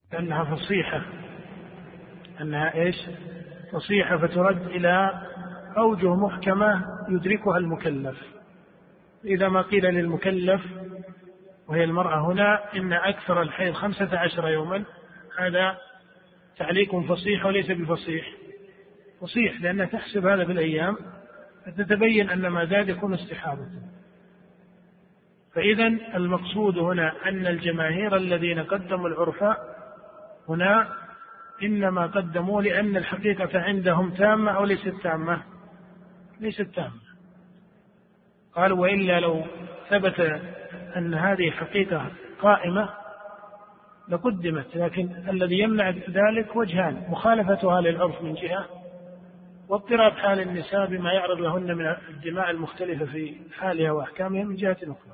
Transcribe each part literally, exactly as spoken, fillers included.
أنها فصيحة، أنها إيش؟ فصيحة، فترد إلى أوجه محكمة يدركها المكلف. إذا ما قيل للمكلف وهي المرأة هنا إن أكثر الحيض خمسة عشر يوما، هذا تعليق فصيح وليس بفصيح، فصيح لأنها تحسب هذا بالأيام، فتتبين أن ما زاد يكون استحاضة. فإذا المقصود هنا أن الجماهير الذين قدموا العرف هنا إنما قدموا لأن الحقيقة عندهم تامة أو ليست تامة، ليست تامة. قالوا وإلا لو ثبت أن هذه حقيقة قائمة لقدمت، لكن الذي يمنع ذلك وجهان: مخالفتها للعرف من جهة، واضطراب حال النساء بما يعرض لهن من الدماء المختلفة في حالها وأحكامها من جهة أخرى.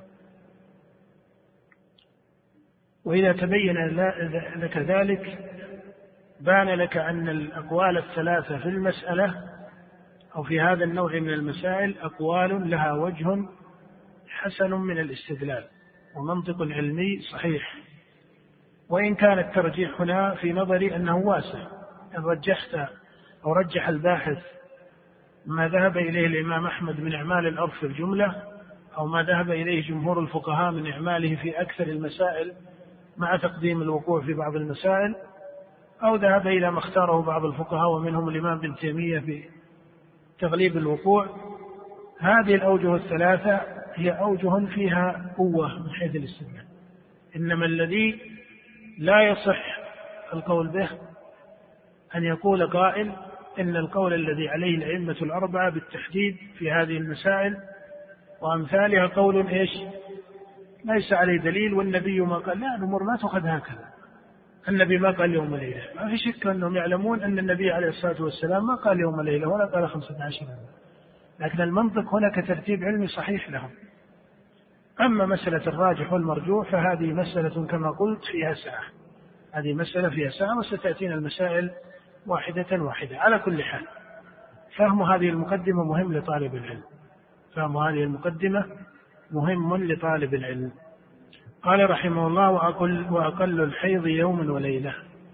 وإذا تبين لك ذلك بان لك أن الأقوال الثلاثة في المسألة أو في هذا النوع من المسائل أقوال لها وجه حسن من الاستدلال ومنطق علمي صحيح، وإن كان الترجيح هنا في نظري أنه واسع. إن رجحت أو رجح الباحث ما ذهب إليه الإمام أحمد من إعمال العرف في الجملة، أو ما ذهب إليه جمهور الفقهاء من إعماله في أكثر المسائل مع تقديم الوقوع في بعض المسائل، أو ذهب إلى ما اختاره بعض الفقهاء ومنهم الإمام ابن تيمية في تغليب الوقوع، هذه الأوجه الثلاثة هي أوجه فيها قوة من حيث الاستدلال. إنما الذي لا يصح القول به أن يقول قائل إن القول الذي عليه الأئمة الأربعة بالتحديد في هذه المسائل وأمثالها قول إيش؟ ليس عليه دليل، والنبي ما قال. لا، الأمور ما تأخذ هكذا. النبي ما قال يوم وليلة، ما في شك أنهم يعلمون أن النبي عليه الصلاة والسلام ما قال يوم وليلة ولا قال خمسة عشر، لكن المنطق هنا كترتيب علمي صحيح لهم. أما مسألة الراجح والمرجوح فهذه مسألة كما قلت فيها ساعة، هذه مسألة فيها ساعة، وستأتينا المسائل واحدة واحدة. على كل حال فهم هذه المقدمة مهم لطالب العلم، فهم هذه المقدمة مهم لطالب العلم. قال رحمه الله: وأقل, وأقل الحيض يوم وليلة،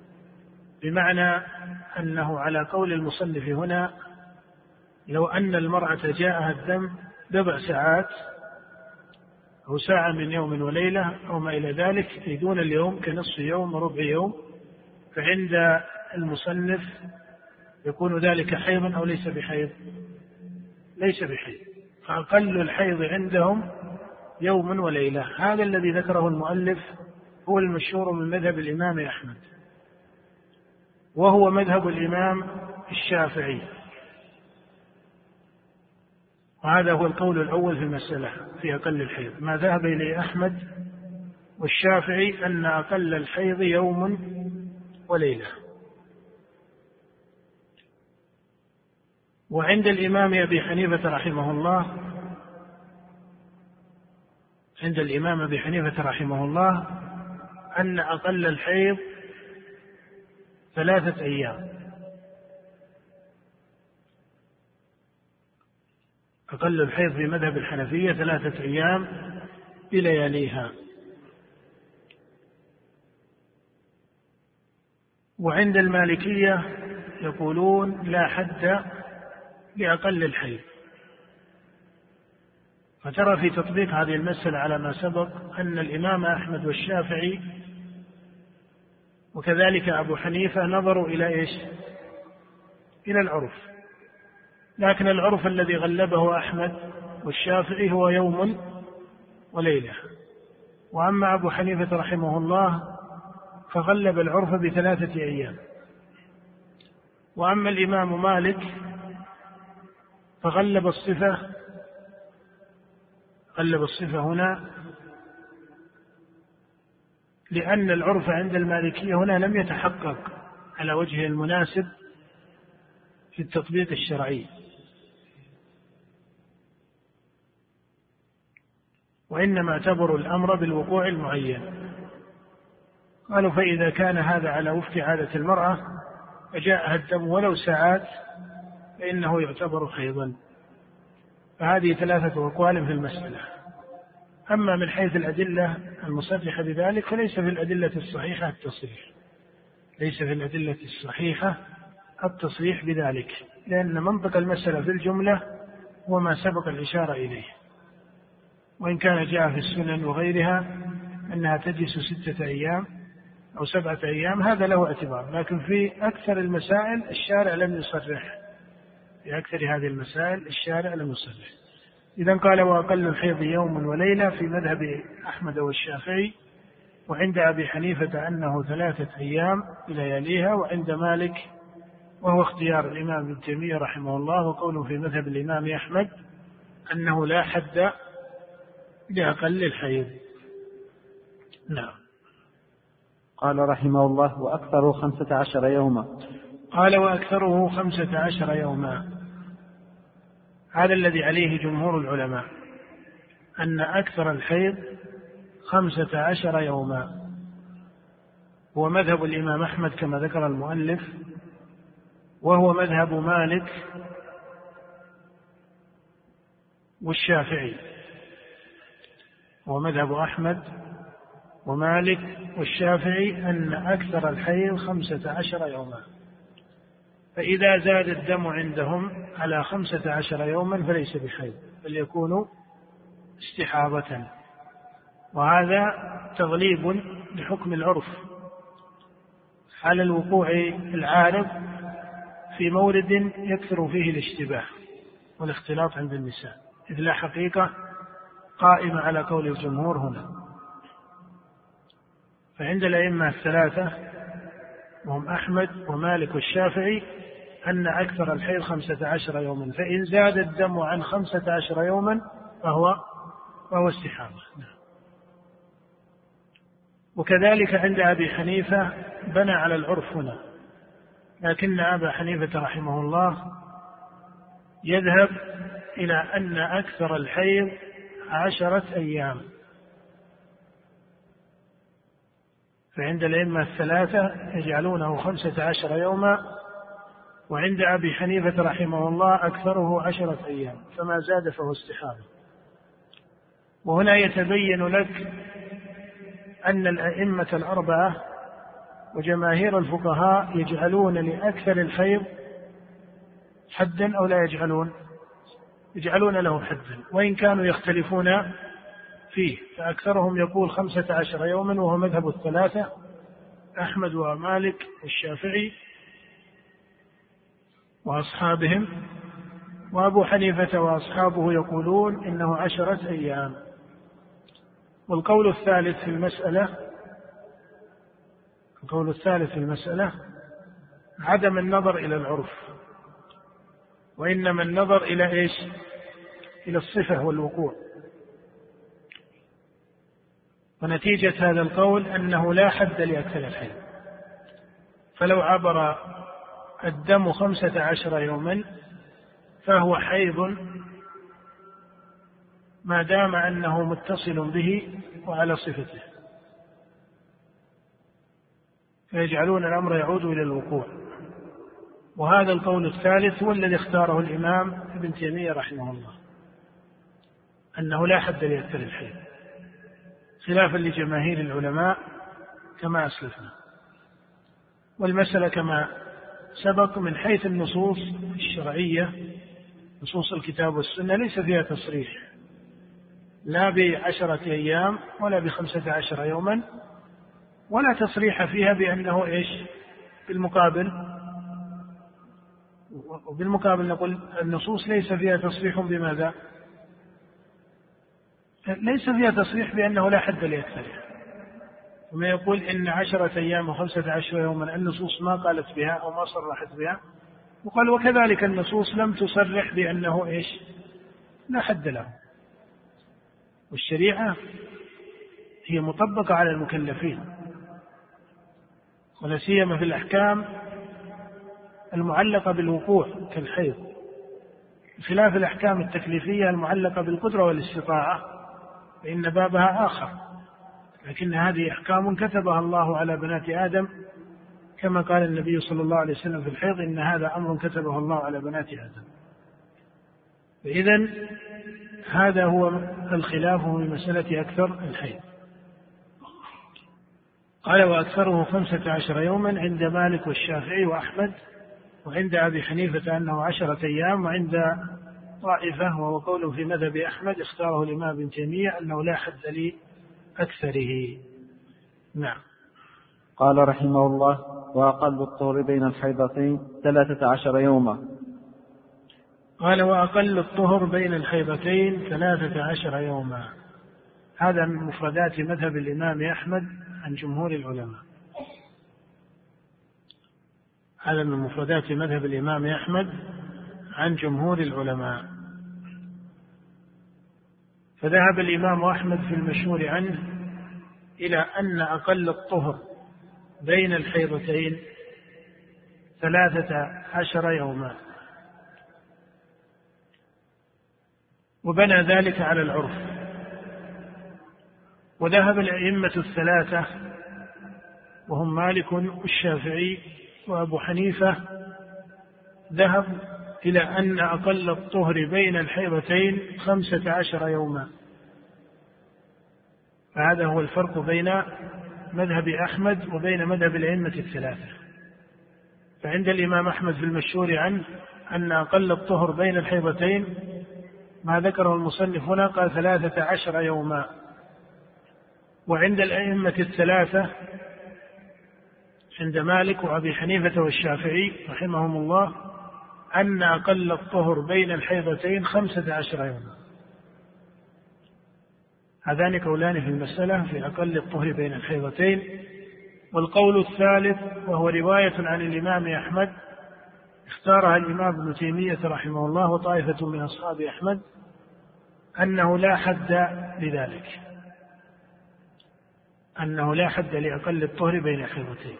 بمعنى أنه على قول المصنف هنا لو أن المرأة جاءها الدم بضع ساعات أو ساعة من يوم وليلة أو ما إلى ذلك في دون اليوم كنصف يوم وربع يوم، فعند المصنف يكون ذلك حيضا أو ليس بحيض؟ ليس بحيض. فأقل الحيض عندهم يوم وليلة. هذا الذي ذكره المؤلف هو المشهور من مذهب الإمام أحمد، وهو مذهب الإمام الشافعي، وهذا هو القول الأول في المسألة في أقل الحيض. ما ذهب إليه أحمد والشافعي أن أقل الحيض يوم وليلة. وعند الإمام أبي حنيفة رحمه الله عند الإمام أبي حنيفة رحمه الله أن أقل الحيض ثلاثة أيام، أقل الحيض في مذهب الحنفية ثلاثة أيام بلياليها. وعند المالكية يقولون لا حد لأقل الحيض. فترى في تطبيق هذه المسألة على ما سبق أن الإمام أحمد والشافعي وكذلك أبو حنيفة نظروا إلى إيش؟ إلى العرف، لكن العرف الذي غلبه أحمد والشافعي هو يوم وليلة. وأما أبو حنيفة رحمه الله فغلب العرف بثلاثة أيام. وأما الإمام مالك فغلب الصفة غلب الصفة هنا لأن العرف عند المالكية هنا لم يتحقق على وجه المناسب في التطبيق الشرعي، وإنما اعتبروا الأمر بالوقوع المعين. قالوا فإذا كان هذا على وفق عادة المرأة فجاءها الدم ولو ساعات فإنه يعتبر حيضا. فهذه ثلاثة أقوال في المسألة. أما من حيث الأدلة المصرحة بذلك فليس في الأدلة الصحيحة التصريح، ليس في الأدلة الصحيحة التصريح بذلك، لأن منطق المسألة في الجملة هو ما سبق الإشارة إليه، وإن كان جاء في السنن وغيرها أنها تجلس ستة أيام أو سبعة أيام هذا له اعتبار، لكن في أكثر المسائل الشارع لم يصرح، في أكثر هذه المسائل الشارع لم يصرح. إذن قال وأقل الحيض يوم وليلة في مذهب أحمد والشافعي، وعند أبي حنيفة أنه ثلاثة أيام بلياليها، وعند مالك وهو اختيار الإمام ابن تيمية رحمه الله، وقوله في مذهب الإمام أحمد أنه لا حد لأقل الحيض. نعم. قال رحمه الله وأكثره خمسة عشر يوما. قال وأكثره خمسة عشر يوما، هذا الذي عليه جمهور العلماء، أن أكثر الحيض خمسة عشر يوما، هو مذهب الإمام أحمد كما ذكر المؤلف، وهو مذهب مالك والشافعي، هو مذهب أحمد ومالك والشافعي أن أكثر الحيض خمسة عشر يوما، فإذا زاد الدم عندهم على خمسة عشر يوما فليس بحيض بل يكون استحاضة، وهذا تغليب لحكم العرف على الوقوع العارض في مورد يكثر فيه الاشتباه والاختلاط عند النساء، إذ لا حقيقة قائمة على قول الجمهور هنا. فعند الأئمة الثلاثة وهم أحمد ومالك والشافعي أن أكثر الحيض خمسة عشر يوما، فإن زاد الدم عن خمسة عشر يوما فهو فهو استحاضة. وكذلك عند أبي حنيفة بنى على العرف هنا، لكن أبا حنيفة رحمه الله يذهب إلى أن أكثر الحيض عشرة أيام، فعند الأئمة الثلاثة يجعلونه خمسة عشر يوما، وعند أبي حنيفة رحمه الله أكثره عشرة أيام، فما زاد فهو استحاضة. وهنا يتبين لك أن الأئمة الأربعة وجماهير الفقهاء يجعلون لأكثر الحيض حدا أو لا يجعلون، يجعلون له حدا، وإن كانوا يختلفون فيه، فأكثرهم يقول خمسة عشر يوما وهو مذهب الثلاثة أحمد ومالك والشافعي وأصحابهم، وأبو حنيفة وأصحابه يقولون إنه عشرة أيام. والقول الثالث في المسألة القول الثالث في المسألة عدم النظر إلى العرف، وإنما النظر إلى إيش؟ إلى الصفة والوقوع. ونتيجة هذا القول أنه لا حد لأكثر الحيض، فلو عبر الدم خمسة عشر يوما فهو حيض ما دام أنه متصل به وعلى صفته، فيجعلون الأمر يعود إلى الوقوع. وهذا القول الثالث هو الذي اختاره الإمام ابن تيمية رحمه الله، أنه لا حد لأكثر الحيض، خلافا لجماهير العلماء كما أسلفنا. والمسألة كما سبق من حيث النصوص الشرعية، نصوص الكتاب والسنة ليس فيها تصريح لا بعشرة أيام ولا بخمسة عشر يوما، ولا تصريح فيها بأنه إيش بالمقابل. وبالمقابل نقول النصوص ليس فيها تصريح بماذا؟ ليس فيها تصريح بأنه لا حد لأكثرها. وما يقول إن عشرة أيام وخمسة عشر يوما النصوص ما قالت بها أو ما صرحت بها، وقال وكذلك النصوص لم تصرح بأنه إيش لا حد له. والشريعة هي مطبقة على المكلفين، ولا سيما في الأحكام المعلقة بالوقوع كالحيض، خلاف الأحكام التكليفية المعلقة بالقدرة والاستطاعة فإن بابها آخر، لكن هذه أحكام كتبها الله على بنات آدم، كما قال النبي صلى الله عليه وسلم في الحيض إن هذا أمر كتبه الله على بنات آدم. فإذن هذا هو الخلاف في مسألة أكثر الحيض. قال وأكثره خمسة عشر يوما عند مالك والشافعي وأحمد، وعند أبي حنيفة أنه عشرة أيام، وعند طائفة وهو قول في مذهب أحمد اختاره الإمام ابن تيمية أنه لا حد لأكثره. نعم. قال رحمه الله وأقل الطهر بين الحيضتين ثلاثة عشر يوما. قال وأقل الطهر بين الحيضتين ثلاثة عشر يوما. هذا من مفردات مذهب الإمام أحمد عن جمهور العلماء. هذا من مفردات مذهب الإمام أحمد عن جمهور العلماء. فذهب الإمام أحمد في المشهور عنه إلى أن أقل الطهر بين الحيضتين ثلاثة عشر يوما، وبنى ذلك على العرف. وذهب الأئمة الثلاثة وهم مالك والشافعي وأبو حنيفة، ذهب إلى أن أقل الطهر بين الحيضتين خمسة عشر يوما. فهذا هو الفرق بين مذهب أحمد وبين مذهب الأئمة الثلاثة. فعند الإمام أحمد في المشهور عنه أن أقل الطهر بين الحيضتين ما ذكره المصنف هنا قال ثلاثة عشر يوما. وعند الأئمة الثلاثة عند مالك وأبي حنيفة والشافعي رحمهم الله أن أقل الطهر بين الحيضتين خمسة عشر يوما. هذان قولان في المسألة في أقل الطهر بين الحيضتين. والقول الثالث وهو رواية عن الإمام أحمد اختارها الإمام ابن تيمية رحمه الله وطائفة من أصحاب أحمد أنه لا حد لذلك، أنه لا حد لأقل الطهر بين الحيضتين.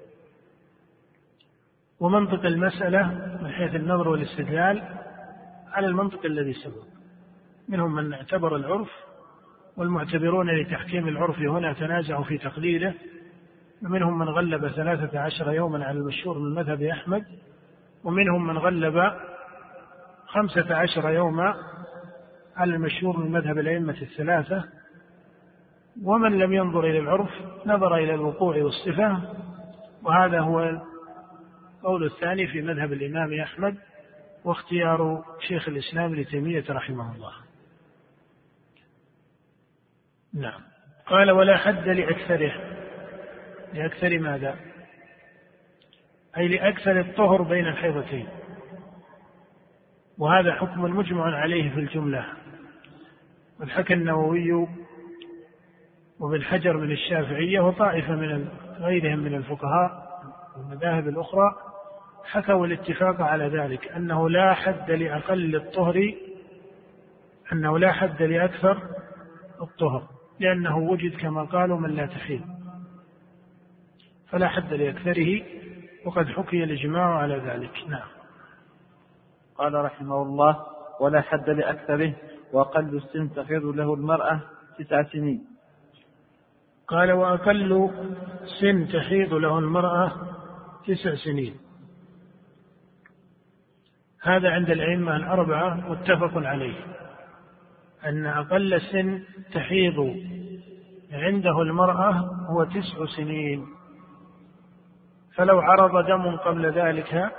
ومنطق المسألة من حيث النظر والاستدلال على المنطق الذي سبق. منهم من اعتبر العرف، والمعتبرون لتحكيم العرف هنا تنازعوا في تقليله، ومنهم من غلب ثلاثة عشر يوما على المشهور من مذهب أحمد، ومنهم من غلب خمسة عشر يوما على المشهور من مذهب الأئمة الثلاثة. ومن لم ينظر إلى العرف نظر إلى الوقوع والصفة، وهذا هو القول الثاني في مذهب الإمام أحمد واختيار شيخ الإسلام ابن تيمية رحمه الله. نعم. قال ولا حد لأكثره. لأكثر ماذا؟ أي لأكثر الطهر بين الحيضتين، وهذا حكم مجمع عليه في الجملة. والحكى النووي وابن حجر من الشافعية وطائفة من غيرهم من الفقهاء والمذاهب الأخرى حكوا الاتفاق على ذلك، أنه لا حد لأقل الطهر، أنه لا حد لأكثر الطهر، لأنه وجد كما قالوا من لا تحيل، فلا حد لأكثره، وقد حكي الإجماع على ذلك. نعم. قال رحمه الله ولا حد لأكثره، وأقل السن تحيض له المرأة تسع سنين. قال وأقل سن تحيض له المرأة تسع سنين. هذا عند الأئمة الأربعة متفق عليه، أن أقل سن تحيض عنده المرأة هو تسع سنين. فلو عرض دم قبل ذلك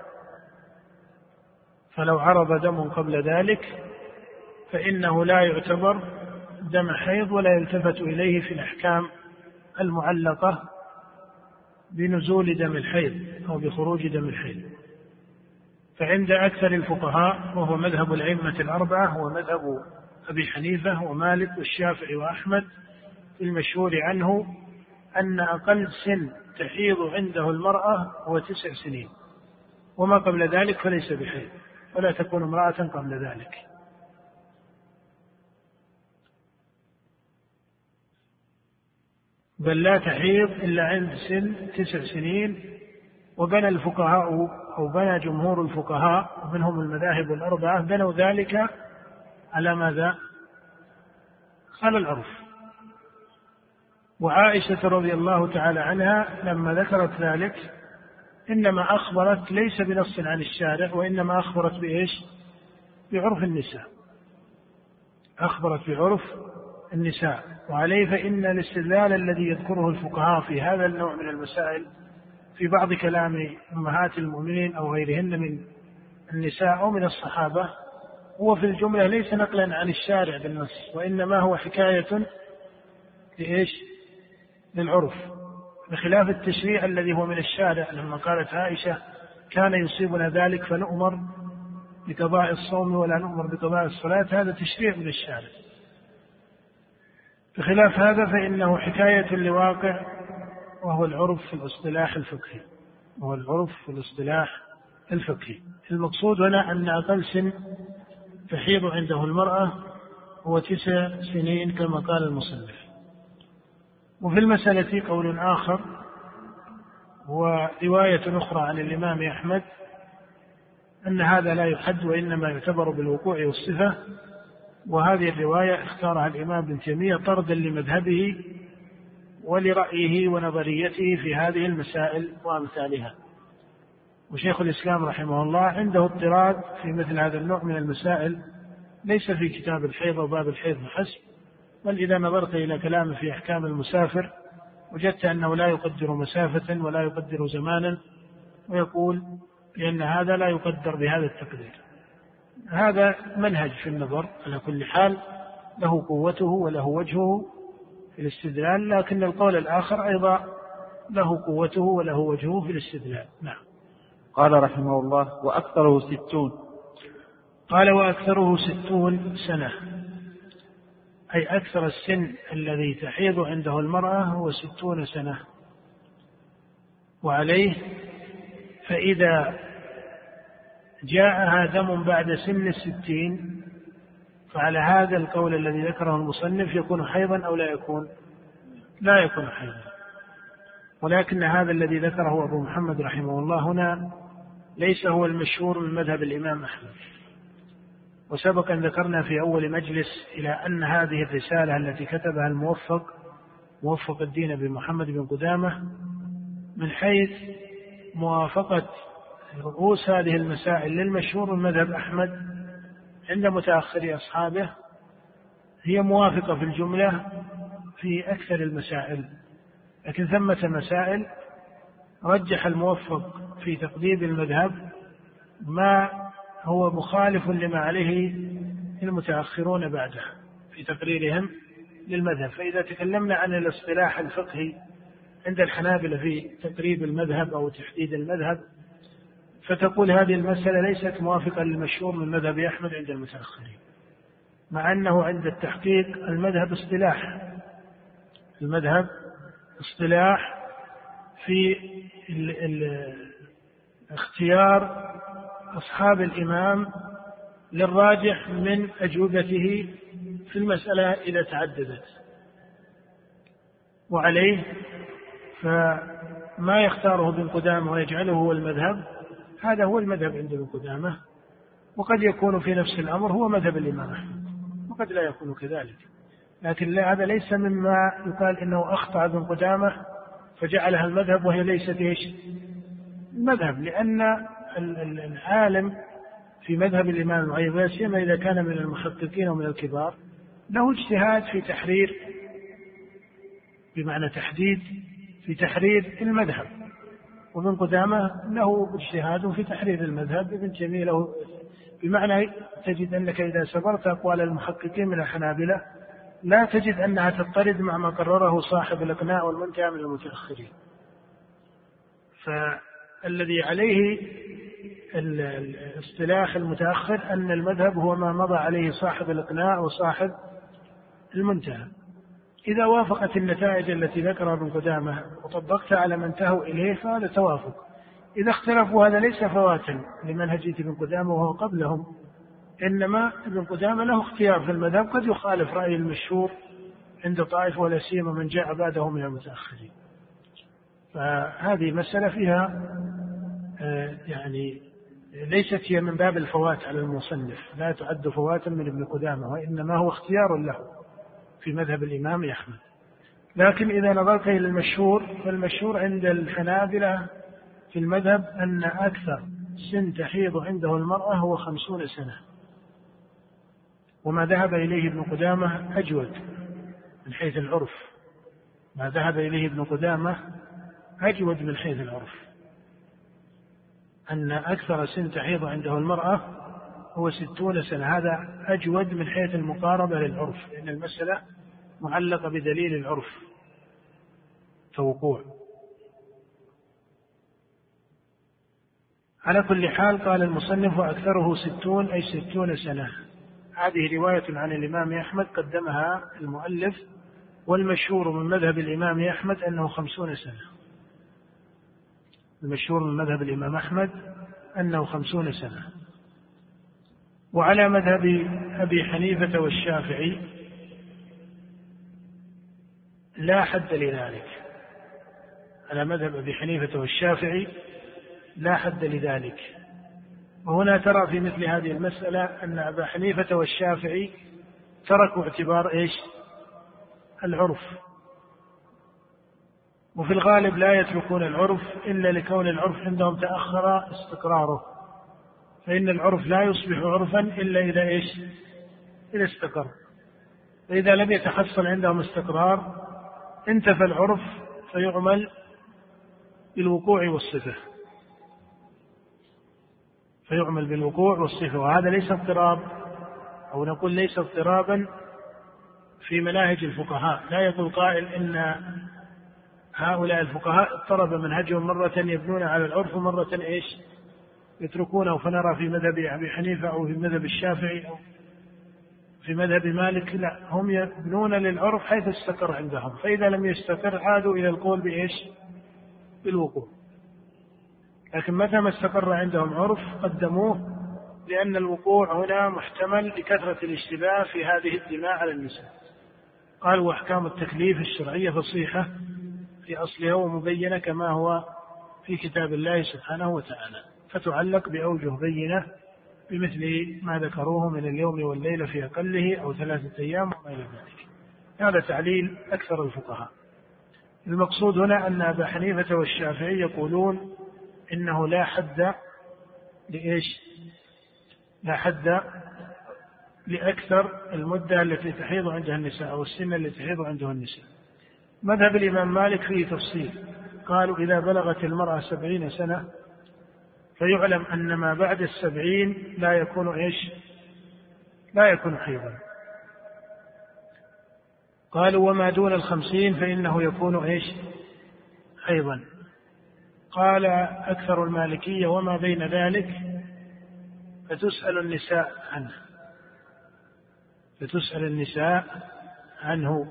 فلو عرض دم قبل ذلك فإنه لا يعتبر دم حيض ولا يلتفت إليه في الأحكام المعلقة بنزول دم الحيض أو بخروج دم الحيض. فعند أكثر الفقهاء وهو مذهب الأئمة الأربعة هو مذهب أبي حنيفة ومالك والشافعي وأحمد في المشهور عنه أن أقل سن تحيض عنده المرأة هو تسع سنين، وما قبل ذلك فليس بحيض، ولا تكون امرأة قبل ذلك. بل لا تحيض إلا عند سن تسع سنين. وبنى الفقهاء أو بنى جمهور الفقهاء ومنهم المذاهب الأربعة بنوا ذلك على ماذا؟ على العرف. وعائشة رضي الله تعالى عنها لما ذكرت ذلك إنما أخبرت ليس بنص عن الشارع، وإنما أخبرت بإيش؟ بعرف النساء. أخبرت بعرف النساء. وعليه فإن الاستدلال الذي يذكره الفقهاء في هذا النوع من المسائل في بعض كلام أمهات المؤمنين أو غيرهن من النساء أو من الصحابة هو في الجملة ليس نقلا عن الشارع بالنص، وإنما هو حكاية لإيش؟ للعرف، بخلاف التشريع الذي هو من الشارع. لما قالت عائشة كان يصيبنا ذلك فنؤمر بقضاء الصوم ولا نؤمر بقضاء الصلاة، هذا تشريع من الشارع. بخلاف هذا فإنه حكاية لواقع، وهو العرف في الاصطلاح الفقهي، وهو العرف في الاصطلاح الفقهي. المقصود هنا أن أقل سن تحيض عنده المرأة هو تسع سنين كما قال المصنف. وفي المسألة قول آخر ورواية أخرى عن الإمام أحمد أن هذا لا يحد وإنما يعتبر بالوقوع والصفة، وهذه الرواية اختارها الإمام ابن تيمية طردا لمذهبه ولرأيه ونظريته في هذه المسائل وأمثالها. وشيخ الإسلام رحمه الله عنده اضطراد في مثل هذا النوع من المسائل، ليس في كتاب الحيض وباب الحيض فحسب، بل إذا نظرت إلى كلامه في أحكام المسافر وجدت أنه لا يقدر مسافة ولا يقدر زمانا، ويقول بأن هذا لا يقدر بهذا التقدير. هذا منهج في النظر على كل حال، له قوته وله وجهه في الاستدلال، لكن القول الآخر أيضا له قوته وله وجهه في الاستدلال. نعم. قال رحمه الله: وأكثره ستون. قال: وأكثره ستون سنة، أي أكثر السن الذي تحيض عنده المرأة هو ستون سنة. وعليه فإذا جاءها دم بعد سن الستين فعلى هذا القول الذي ذكره المصنف يكون حيضا أو لا يكون؟ لا يكون حيضا. ولكن هذا الذي ذكره أبو محمد رحمه الله هنا ليس هو المشهور من مذهب الإمام أحمد. وسبق أن ذكرنا في أول مجلس إلى أن هذه الرسالة التي كتبها الموفق موفق الدين بن محمد بن قدامة من حيث موافقة رؤوس هذه المسائل للمشهور من مذهب أحمد عند متأخري أصحابه هي موافقة في الجملة في أكثر المسائل، لكن ثمة مسائل رجح الموفق في تقديم المذهب ما هو مخالف لما عليه المتأخرون بعده في تقريرهم للمذهب. فإذا تكلمنا عن الاصطلاح الفقهي عند الحنابلة في تقريب المذهب أو تحديد المذهب، فتقول هذه المسألة ليست موافقة للمشهور من مذهب أحمد عند المتأخرين، مع أنه عند التحقيق المذهب اصطلاح المذهب اصطلاح في ال ال اختيار أصحاب الإمام للراجح من أجوبته في المسألة إذا تعددت. وعليه فما يختاره ابن قدامة ويجعله هو المذهب هذا هو المذهب عند ابن قدامة، وقد يكون في نفس الأمر هو مذهب الإمام أحمد وقد لا يكون كذلك. لكن لا، هذا ليس مما يقال إنه أخطأ ابن قدامة فجعلها المذهب وهي ليست إيش المذهب، لأن العالم في مذهب الإمام المعين لا سيما إذا كان من المحققين ومن الكبار له اجتهاد في تحرير، بمعنى تحديد في تحرير المذهب، وابن قدامة له اجتهاد في تحرير المذهب، ابن تيمية له، بمعنى تجد أنك إذا سبرت أقوال المحققين من الحنابلة لا تجد أنها تضطرد مع ما قرره صاحب الإقناع والمنتهى من المتأخرين. فالذي عليه الاصطلاح المتأخر أن المذهب هو ما مضى عليه صاحب الإقناع وصاحب المنتهى. إذا وافقت النتائج التي ذكرها ابن قدامة وطبقت على من انتهوا إليه فهذا توافق. إذا اختلفوا هذا ليس فواتا لمنهجية ابن قدامة وهو قبلهم، إنما ابن قدامة له اختيار في المذهب قد يخالف رأي المشهور عند طائفة ولا سيما من جاء بعده من المتأخرين. فهذه مسألة فيها يعني ليست هي من باب الفوات على المصنف، لا تعد فواتا من ابن قدامة، وإنما هو اختيار له في مذهب الإمام أحمد. لكن إذا نظرت إلى المشهور فالمشهور عند الحنابلة في المذهب أن أكثر سن تحيض عنده المرأة هو خمسون سنة، وما ذهب إليه ابن قدامة أجود، من حيث العرف، ما ذهب إليه ابن قدامة أجود من حيث العرف، أن أكثر سن تحيض عنده المرأة هو ستون سنة، هذا أجود من حيث المقاربة للعرف، لأن المسألة معلقة بدليل العرف كوقوع. على كل حال قال المصنف أكثره ستون أي ستون سنة. هذه رواية عن الإمام أحمد قدمها المؤلف، والمشهور من مذهب الإمام أحمد أنه خمسون سنة. المشهور من مذهب الإمام أحمد أنه خمسون سنة. وعلى مذهب أبي حنيفة والشافعي لا حد لذلك. على مذهب أبي حنيفة والشافعي لا حد لذلك. وهنا ترى في مثل هذه المسألة أن أبا حنيفة والشافعي تركوا اعتبار إيش؟ العرف. وفي الغالب لا يتركون العرف إلا لكون العرف عندهم تأخر استقراره، فإن العرف لا يصبح عرفا إلا إذا إيش؟ إذا استقر. فإذا لم يتحصل عندهم استقرار انتفى العرف، فيعمل بالوقوع والصفة فيعمل بالوقوع والصفة وهذا ليس اضطراب، أو نقول ليس اضطرابا في مناهج الفقهاء. لا يقول قائل إن هؤلاء الفقهاء اضطرب منهجهم، مرة يبنون على العرف ومرة إيش؟ يتركونه، فنرى في مذهب أبي حنيفة أو في مذهب الشافعي أو في مذهب مالك لا، هم يبنون للعرف حيث استقر عندهم، فإذا لم يستقر عادوا إلى القول بإيش؟ بالوقوع. لكن متى ما استقر عندهم عرف قدموه، لأن الوقوع هنا محتمل لكثرة الاشتباه في هذه الدماء على النساء. قال وأحكام التكليف الشرعية فصيحة في أصلها ومبينة كما هو في كتاب الله سبحانه وتعالى، فتعلق بأوجه بينة بمثل ما ذكروه من اليوم والليلة في أقله أو ثلاثة أيام وما إلى ذلك. هذا تعليل أكثر الفقهاء. المقصود هنا أن أبا حنيفة والشافعي يقولون إنه لا حد لإيش؟ لا حد لأكثر المدة التي تحيض عندها النساء أو السن التي تحيض عندها النساء. مذهب الإمام مالك فيه تفصيل، قالوا إذا بلغت المرأة سبعين سنة فيعلم أن ما بعد السبعين لا يكون إيش؟ لا يكون حيضا. قالوا وما دون الخمسين فإنه يكون إيش؟ حيضا. قال أكثر المالكية وما بين ذلك فتسأل النساء عنه فتسأل النساء عنه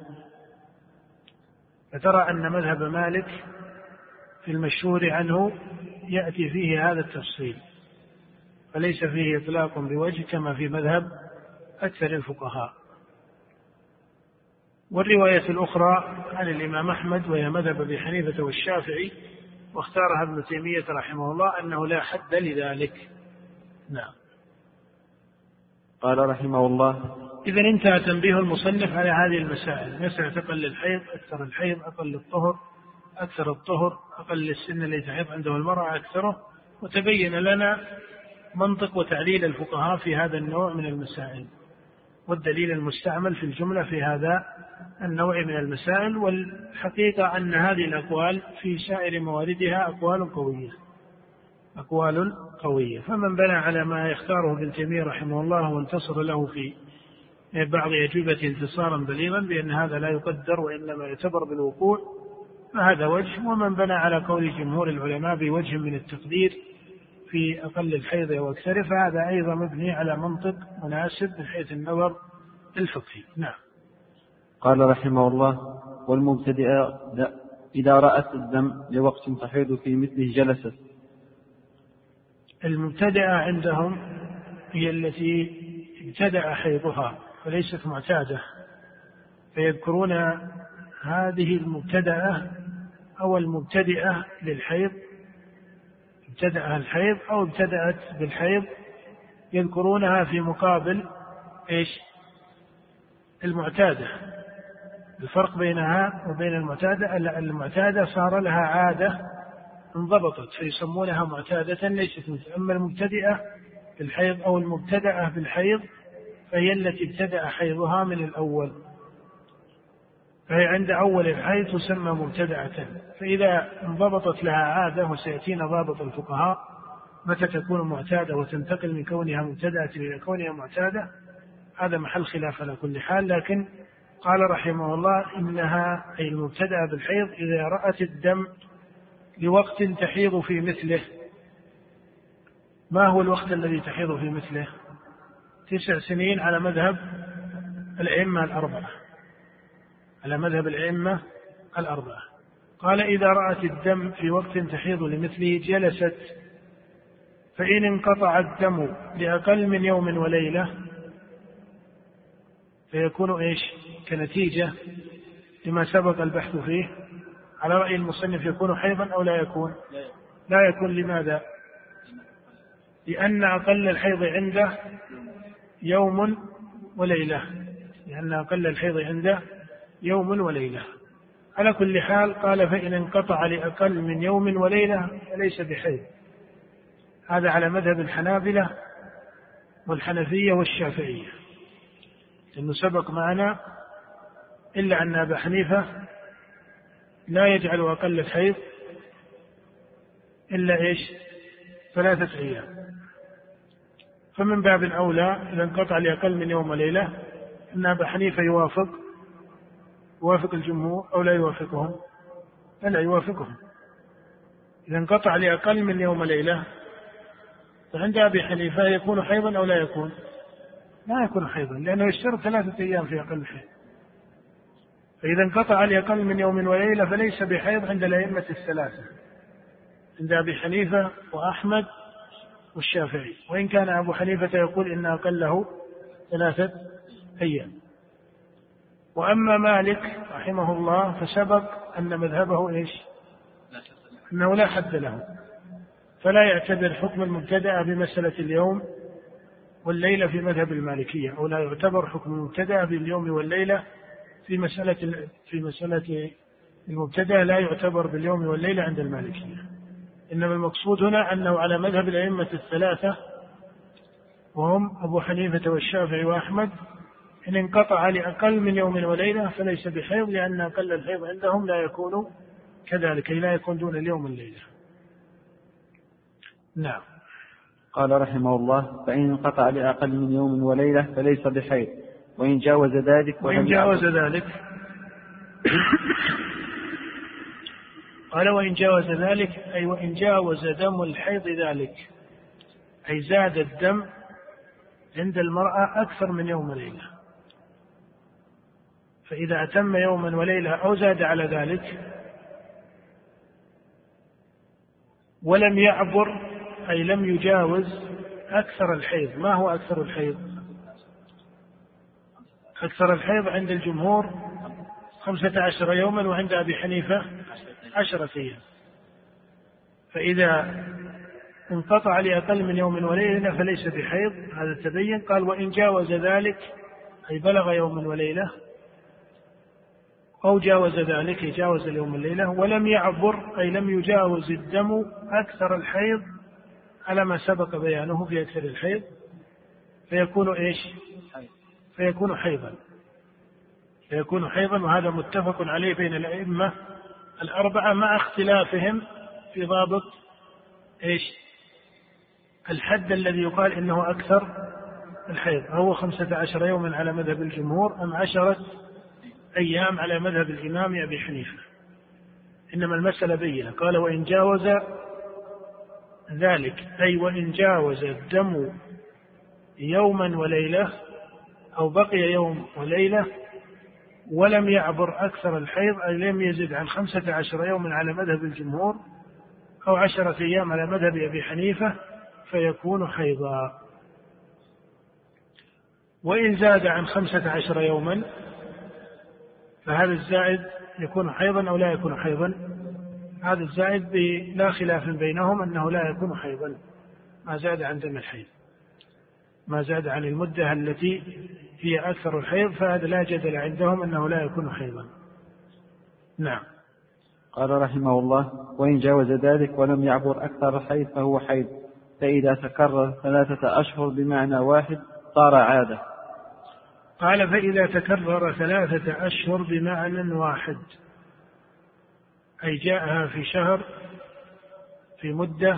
فترى أن مذهب مالك في المشهور عنه يأتي فيه هذا التفصيل، فليس فيه إطلاق بوجه كما في مذهب أكثر الفقهاء. والرواية الأخرى عن الإمام أحمد وهي مذهب أبي حنيفة والشافعي واختارها ابن تيمية رحمه الله أنه لا حد لذلك. نعم. قال رحمه الله إذا انتهى تنبيه المصنف على هذه المسائل، مسألة أقل الحيض، أكثر الحيض، أقل الطهر، أكثر الطهر، أقل السن الذي تحيض عنده المرأة أكثره، وتبين لنا منطق وتعليل الفقهاء في هذا النوع من المسائل والدليل المستعمل في الجملة في هذا النوع من المسائل. والحقيقة أن هذه الأقوال في سائر مواردها أقوال قوية أقوال قوية فمن بنى على ما يختاره ابن تيمية رحمه الله وانتصر له في بعض أجوبة انتصارا بليغا بأن هذا لا يقدر وإنما يعتبر بالوقوع فهذا وجه، ومن بنى على قول جمهور العلماء بوجه من التقدير في أقل الحيض وأكثره فهذا أيضا مبني على منطق مناسب من حيث النظر الفقهي. نعم. قال رحمه الله والمبتدئة إذا رأت الدم لوقت تحيض في مثله جلست. المبتدئة عندهم هي التي ابتدأ حيضها وليست معتادة، فيذكرون هذه المبتدأة أو المبتدئة للحيض، ابتدأ الحيض أو ابتدأت بالحيض، يذكرونها في مقابل إيش؟ المعتادة. الفرق بينها وبين المعتادة أن المعتادة صار لها عادة انضبطت فيسمونها معتادة ليست مثل. أما المبتدئة بالحيض أو المبتدأة بالحيض فهي التي ابتدأ حيضها من الأول. فهي عند أول الحيض تسمى مبتدعة. فإذا انضبطت لها عادة، وسيأتينا ضابط الفقهاء متى تكون معتادة وتنتقل من كونها مبتدعة إلى كونها معتادة، هذا محل خلاف على كل حال. لكن قال رحمه الله إنها أي المبتدعة بالحيض إذا رأت الدم لوقت تحيض في مثله. ما هو الوقت الذي تحيض في مثله؟ تسع سنين على مذهب الأئمة الأربعة، على مذهب الأئمة الأربعة. قال إذا رأت الدم في وقت تحيض لمثله جلست، فإن انقطع الدم لأقل من يوم وليلة فيكون إيش؟ كنتيجة لما سبق البحث فيه على رأي المصنف يكون حيضا أو لا يكون؟ لا يكون. لماذا؟ لأن أقل الحيض عنده يوم وليلة، لأن أقل الحيض عنده يوم وليلة. على كل حال قال فإن انقطع لأقل من يوم وليلة فليس بحيض. هذا على مذهب الحنابلة والحنفية والشافعية، لأنه سبق معنا إلا أن أبا حنيفة لا يجعل أقل الحيض إلا إيش؟ ثلاثة أيام. فمن باب الأولى إذا انقطع لأقل من يوم وليلة أن أبا حنيفة يوافق يوافق الجمهور أو لا يوافقهم؟ لا يوافقهم. إذا انقطع لأقل من يوم وليلة فعند أبي حنيفة يكون حيضا أو لا يكون؟ لا يكون حيضا، لأنه يشترط ثلاثة أيام في أقل الحيض. فإذا انقطع لأقل من يوم وليلة فليس بحيض عند الأئمة الثلاثة، عند أبي حنيفة وأحمد والشافعي، وإن كان أبو حنيفة يقول إن أقله ثلاثة أيام. وأما مالك رحمه الله فسبق أن مذهبه إيش؟ أنه لا حد له، فلا يعتبر حكم المبتدأ بمسألة اليوم والليلة في مذهب المالكية، أو لا يعتبر حكم المبتدأ باليوم والليلة في مسألة في مسألة المبتدأ لا يعتبر باليوم والليلة عند المالكية. إنما المقصود هنا أنه على مذهب الأئمة الثلاثة وهم أبو حنيفة والشافعي وأحمد، إن انقطع لأقل من يوم وليلة فليس بحيض، لأن أقل الحيض عندهم لا يكون كذلك، لا يكون دون اليوم والليلة. نعم. قال رحمه الله فإن انقطع لأقل من يوم وليلة فليس بحيض، وإن جاوز ذلك وإن جاوز ذلك قال وإن جاوز ذلك أي وإن جاوز دم الحيض ذلك، أي زاد الدم عند المرأة أكثر من يوم وليلة. فإذا أتم يوما وليلة أو زاد على ذلك ولم يعبر أي لم يجاوز أكثر الحيض. ما هو أكثر الحيض؟ أكثر الحيض عند الجمهور خمسة عشر يوما، وعند أبي حنيفة عشرة أيام. فإذا انقطع لأقل من يوم وليلة فليس بحيض، هذا تبين. قال وإن جاوز ذلك أي بلغ يوم وليلة أو جاوز ذلك يجاوز اليوم والليلة، ولم يعبر أي لم يجاوز الدم أكثر الحيض على ما سبق بيانه في أكثر الحيض، فيكون إيش؟ فيكون حيضا فيكون حيضا وهذا متفق عليه بين الأئمة الأربعة، مع اختلافهم في ضابط إيش؟ الحد الذي يقال إنه أكثر الحيض، هو خمسة عشر يوما على مذهب الجمهور أم عشرة أيام على مذهب الإمام أبي حنيفة. إنما المسألة بينة. قال وإن جاوز ذلك أي وإن جاوز الدم يوما وليلة أو بقي يوم وليلة ولم يعبر أكثر الحيض أي لم يزد عن خمسة عشر يوما على مذهب الجمهور أو عشرة أيام على مذهب أبي حنيفة فيكون حيضا. وإن زاد عن خمسة عشر يوما فهذا الزائد يكون حيضا أو لا يكون حيضا؟ هذا الزائد لا خلاف بينهم أنه لا يكون حيضا، ما زاد عن دم الحيض، ما زاد عن المدة التي هي أكثر الحيض، فهذا لا جدل عندهم أنه لا يكون حيضا. نعم. قال رحمه الله وإن جاوز ذلك ولم يعبر أكثر الحيض فهو حيض، فإذا تكرر ثلاثة أشهر بمعنى واحد صار عادة. قال فإذا تكرر ثلاثة أشهر بمعنى واحد، أي جاءها في شهر في مدة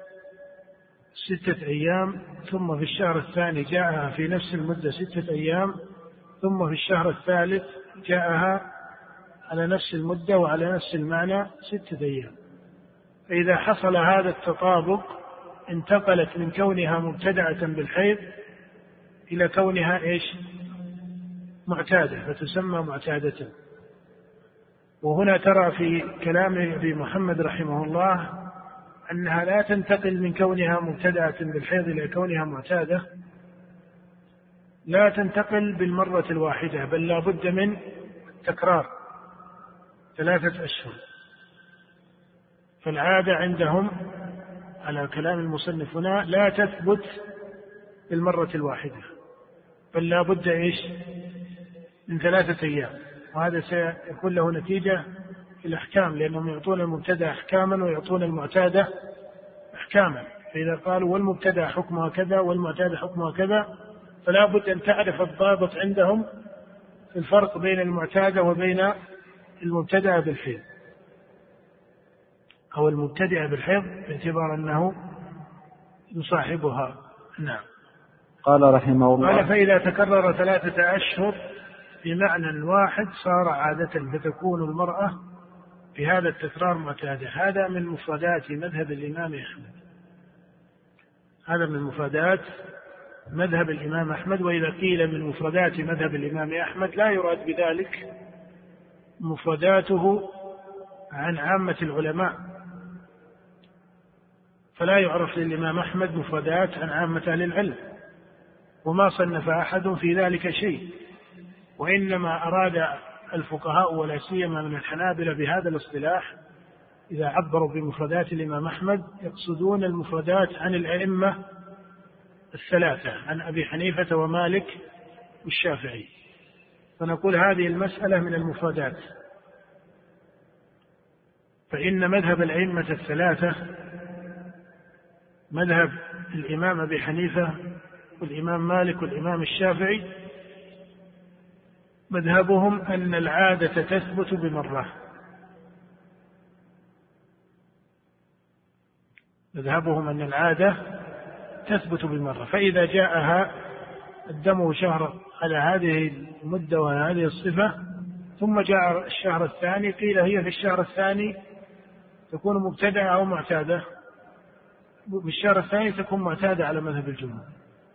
ستة أيام، ثم في الشهر الثاني جاءها في نفس المدة ستة أيام، ثم في الشهر الثالث جاءها على نفس المدة وعلى نفس المعنى ستة أيام. فإذا حصل هذا التطابق انتقلت من كونها مبتدعة بالحيض إلى كونها إيش؟ معتادة، فتسمى معتادة. وهنا ترى في كلام ابي محمد رحمه الله أنها لا تنتقل من كونها مبتدعة بالحيض إلى كونها معتادة، لا تنتقل بالمرة الواحدة، بل لا بد من تكرار ثلاثة أشهر. فالعادة عندهم على كلام المصنف هنا لا تثبت بالمرة الواحدة، بل لا بد إيش؟ من ثلاثة أيام. وهذا سيكون له نتيجة في الأحكام، لأنهم يعطون المبتدأ أحكاما ويعطون المعتادة أحكاما. فإذا قالوا والمبتدأ حكمها كذا والمعتادة حكمها كذا، فلا بد أن تعرف الضابط عندهم في الفرق بين المعتادة وبين المبتدأ بالحيض أو المبتدئ بالحيض، باعتبار أنه يصاحبها. نعم. قال رحمه الله: قال فإذا تكرر ثلاثة أشهر بمعنى واحد صار عادة، فتكون المرأة في هذا التكرار معتادة. هذا من مفردات مذهب الإمام أحمد، هذا من مفردات مذهب الإمام أحمد. وإذا قيل من مفردات مذهب الإمام أحمد لا يراد بذلك مفرداته عن عامة العلماء، فلا يعرف للإمام أحمد مفردات عن عامة أهل العلم، وما صنف أحد في ذلك شيء. وإنما أراد الفقهاء ولا سيما من الحنابلة بهذا الاصطلاح إذا عبروا بمفردات الإمام أحمد يقصدون المفردات عن الأئمة الثلاثة، عن أبي حنيفة ومالك والشافعي. فنقول هذه المسألة من المفردات، فإن مذهب الأئمة الثلاثة مذهب الإمام أبي حنيفة والإمام مالك والإمام الشافعي مذهبهم أن العادة تثبت بمرة، مذهبهم أن العادة تثبت بمرة. فإذا جاءها الدم شهر على هذه المدة وهذه الصفة، ثم جاء الشهر الثاني، قيل هي في الشهر الثاني تكون مبتدأة أو معتادة. بالشهر الثاني تكون معتادة على مذهب الجمهور،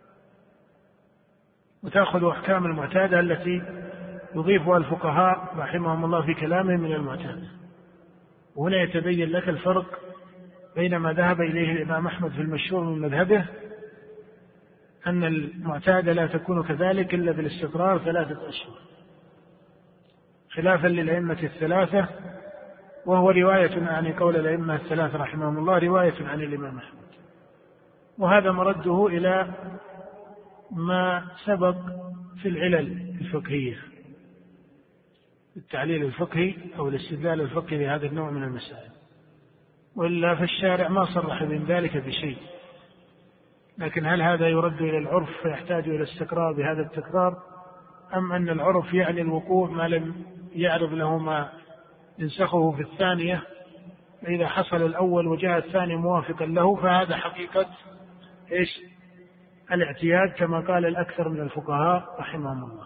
وتأخذ أحكام المعتادة التي يضيفها الفقهاء رحمهم الله في كلامهم من المعتادة. وهنا يتبين لك الفرق بين ما ذهب إليه الإمام أحمد في المشهور من مذهبه أن المعتادة لا تكون كذلك إلا بالاستقرار ثلاثة أشهر، خلافا للأئمة الثلاثة، وهو رواية عن قول الأئمة الثلاثة رحمهم الله، رواية عن الإمام أحمد. وهذا مرده إلى ما سبق في العلل الفقهية، التعليل الفقهي أو الاستدلال الفقهي لهذا النوع من المسائل. وإلا فالشارع ما صرح من ذلك بشيء. لكن هل هذا يرد إلى العرف فيحتاج إلى استقرار بهذا التكرار، أم أن العرف يعني الوقوع ما لم يعرض له ما ينسخه في الثانية، فإذا حصل الأول وجاء الثاني موافقا له فهذا حقيقة إيش؟ الاعتياد، كما قال الأكثر من الفقهاء رحمهم الله.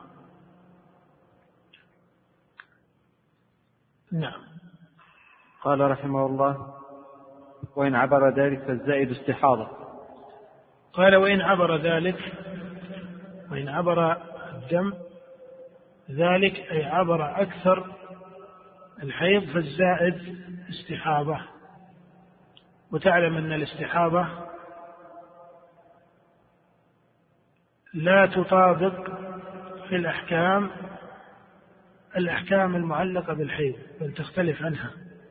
نعم. قال رحمه الله: وإن عبر ذلك فالزائد استحاضة. قال وإن عبر ذلك، وإن عبر الدم ذلك أي عبر أكثر الحيض فالزائد استحاضة. وتعلم أن الاستحاضة لا تطابق في الأحكام الأحكام المعلقة بالحيض، بل تختلف عنها.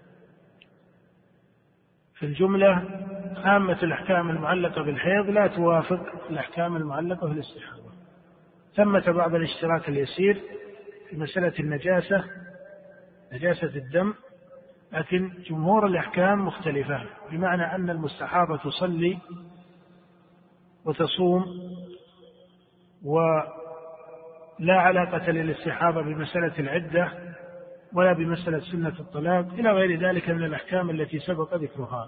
في الجملة عامة الأحكام المعلقة بالحيض لا توافق الأحكام المعلقة بالاستحاضة. ثمة بعض الاشتراك اليسير في مسألة النجاسة، نجاسة الدم، لكن جمهور الأحكام مختلفة، بمعنى أن المستحاضة تصلي وتصوم لا علاقة للاستحاضة بمسألة العدة ولا بمسألة سنة الطلاق إلى غير ذلك من الأحكام التي سبق ذكرها.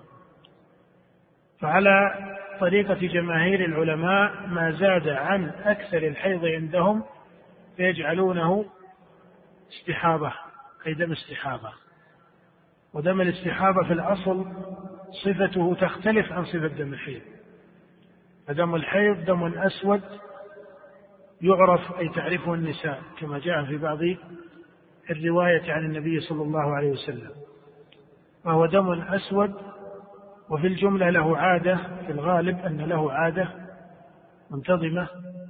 فعلى طريقة جماهير العلماء ما زاد عن أكثر الحيض عندهم فيجعلونه استحاضة، أي دم استحاضة. ودم الاستحاضة في الأصل صفته تختلف عن صفة دم الحيض، فدم الحيض دم أسود يعرف أي تعرفه النساء كما جاء في بعض الرواية عن النبي صلى الله عليه وسلم، وهو دم أسود وفي الجملة له عادة، في الغالب أن له عادة منتظمة،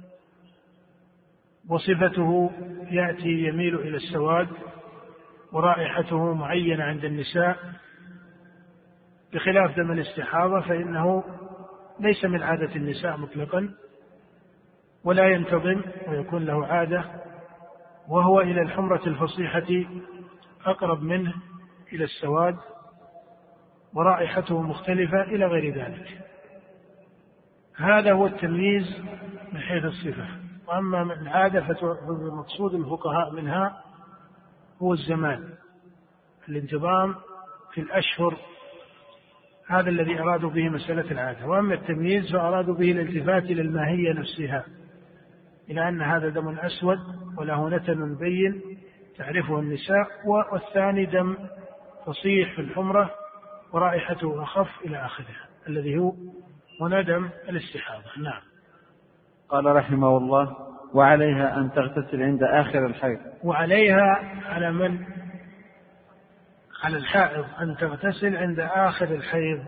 وصفته يأتي يميل إلى السواد، ورائحته معينة عند النساء، بخلاف دم الاستحاضة فإنه ليس من عادة النساء مطلقا ولا ينتظم ويكون له عادة، وهو إلى الحمرة الفصيحة أقرب منه إلى السواد، ورائحته مختلفة إلى غير ذلك. هذا هو التمييز من حيث الصفة. وأما من العادة فمقصود الفقهاء منها هو الزمان، الانتظام في الأشهر، هذا الذي أرادوا به مسألة العادة. وأما التمييز فأرادوا به الالتفات إلى الماهية نفسها، إلى أن هذا دم أسود وله نتن بين تعرفه النساء، والثاني دم فصيح في الحمرة ورائحته أخف إلى آخره، الذي هو هنا دم الاستحاضة. نعم. قال رحمه الله: وعليها أن تغتسل عند آخر الحيض. وعليها على من؟ على الحائض أن تغتسل عند آخر الحيض،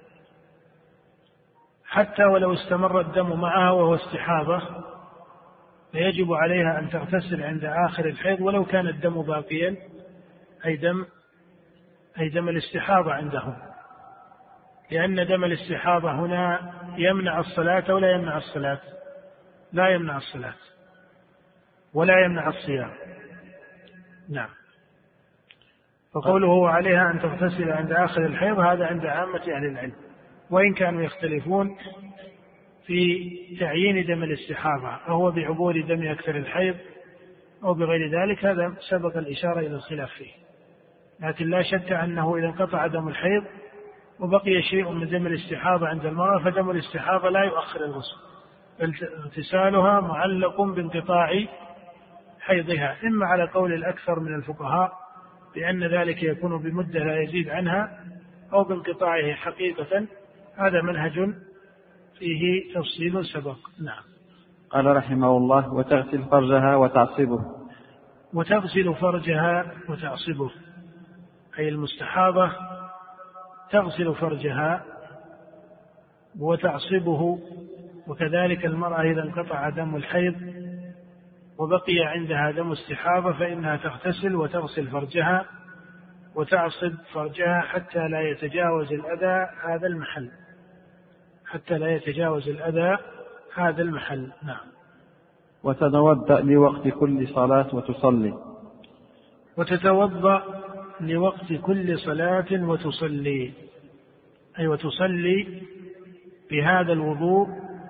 حتى ولو استمر الدم معها وهو استحاضة فيجب عليها أن تغتسل عند آخر الحيض ولو كان الدم باقيا، أي دم أي دم الاستحاضة عندهم، لأن دم الاستحاضة هنا يمنع الصلاة ولا يمنع الصلاة، لا يمنع الصلاة ولا يمنع الصيام. نعم. فقوله عليها أن تغتسل عند آخر الحيض هذا عند عامة أهل العلم، وإن كانوا يختلفون في تعيين دم الاستحاضة، أهو بعبور دم أكثر الحيض أو بغير ذلك، هذا سبق الإشارة إلى الخلاف فيه. لكن لا شك أنه إذا انقطع دم الحيض وبقي شيء من دم الاستحاضة عند المرأة فدم الاستحاضة لا يؤخر الغسل، اغتسالها معلق بانقطاع حيضها، إما على قول الأكثر من الفقهاء بأن ذلك يكون بمدة لا يزيد عنها، أو بانقطاعه حقيقة، هذا منهج فيه تفصيل سبق. نعم. قال رحمه الله: وتغسل فرجها وتعصبه. وتغسل فرجها وتعصبه، أي المستحاضة تغسل فرجها وتعصبه، وكذلك المرأة إذا انقطع دم الحيض وبقي عندها دم استحاضة فإنها تغتسل وتغسل فرجها وتعصب فرجها حتى لا يتجاوز الأذى هذا المحل، حتى لا يتجاوز الأذى هذا المحل. نعم. وتتوضأ لوقت كل صلاة وتصلي. وتتوضأ لوقت كل صلاة وتصلي، أي وتصلي بهذا الوضوء